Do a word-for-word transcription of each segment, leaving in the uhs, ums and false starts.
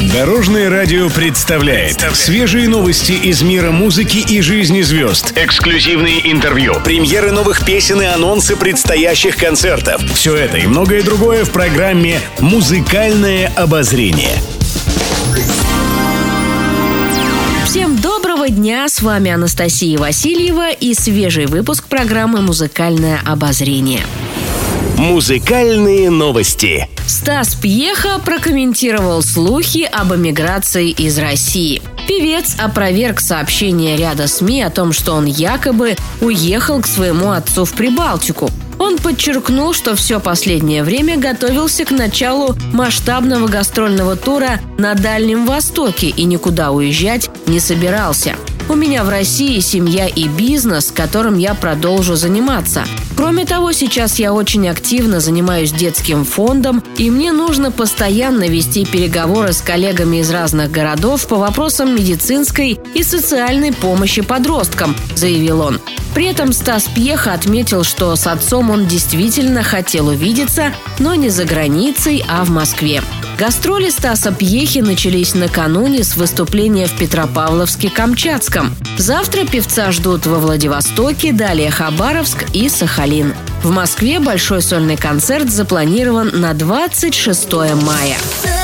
Дорожное радио представляет свежие новости из мира музыки и жизни звезд. Эксклюзивные интервью, премьеры новых песен и анонсы предстоящих концертов. Все это и многое другое в программе «Музыкальное обозрение». Всем доброго дня, с вами Анастасия Васильева и свежий выпуск программы «Музыкальное обозрение». Музыкальные новости. Стас Пьеха прокомментировал слухи об эмиграции из России. Певец опроверг сообщения ряда СМИ о том, что он якобы уехал к своему отцу в Прибалтику. Он подчеркнул, что все последнее время готовился к началу масштабного гастрольного тура на Дальнем Востоке и никуда уезжать не собирался. «У меня в России семья и бизнес, которым я продолжу заниматься. Кроме того, сейчас я очень активно занимаюсь детским фондом, и мне нужно постоянно вести переговоры с коллегами из разных городов по вопросам медицинской и социальной помощи подросткам», – заявил он. При этом Стас Пьеха отметил, что с отцом он действительно хотел увидеться, но не за границей, а в Москве. Гастроли Стаса Пьехи начались накануне с выступления в Петропавловске-Камчатском. Завтра певца ждут во Владивостоке, далее Хабаровск и Сахалин. В Москве большой сольный концерт запланирован на двадцать шестое мая.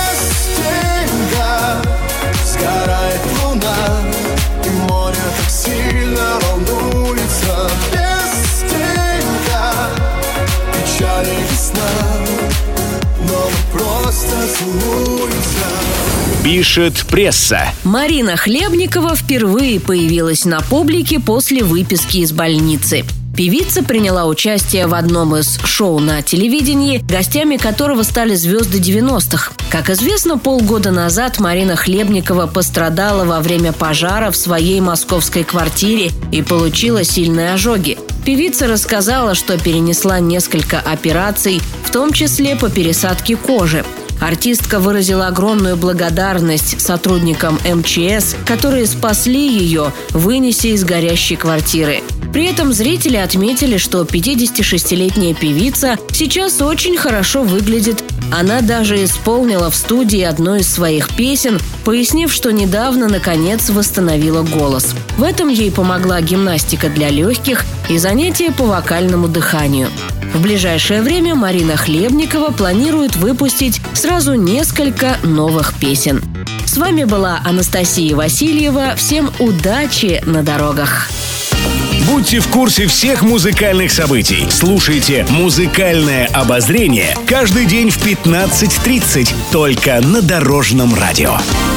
Сгорает луна, и море так сильно волнуется. Без тебя печали весна, но мы просто целуемся. Пишет пресса. Марина Хлебникова впервые появилась на публике после выписки из больницы. Певица приняла участие в одном из шоу на телевидении, гостями которого стали звезды девяностых. Как известно, полгода назад Марина Хлебникова пострадала во время пожара в своей московской квартире и получила сильные ожоги. Певица рассказала, что перенесла несколько операций, в том числе по пересадке кожи. Артистка выразила огромную благодарность сотрудникам эм че эс, которые спасли ее, вынеся из горящей квартиры. При этом зрители отметили, что пятидесятишестилетняя певица сейчас очень хорошо выглядит. Она даже исполнила в студии одну из своих песен, пояснив, что недавно, наконец, восстановила голос. В этом ей помогла гимнастика для легких и занятия по вокальному дыханию. В ближайшее время Марина Хлебникова планирует выпустить сразу несколько новых песен. С вами была Анастасия Васильева. Всем удачи на дорогах! Будьте в курсе всех музыкальных событий. Слушайте «Музыкальное обозрение» каждый день в пятнадцать тридцать только на Дорожном радио.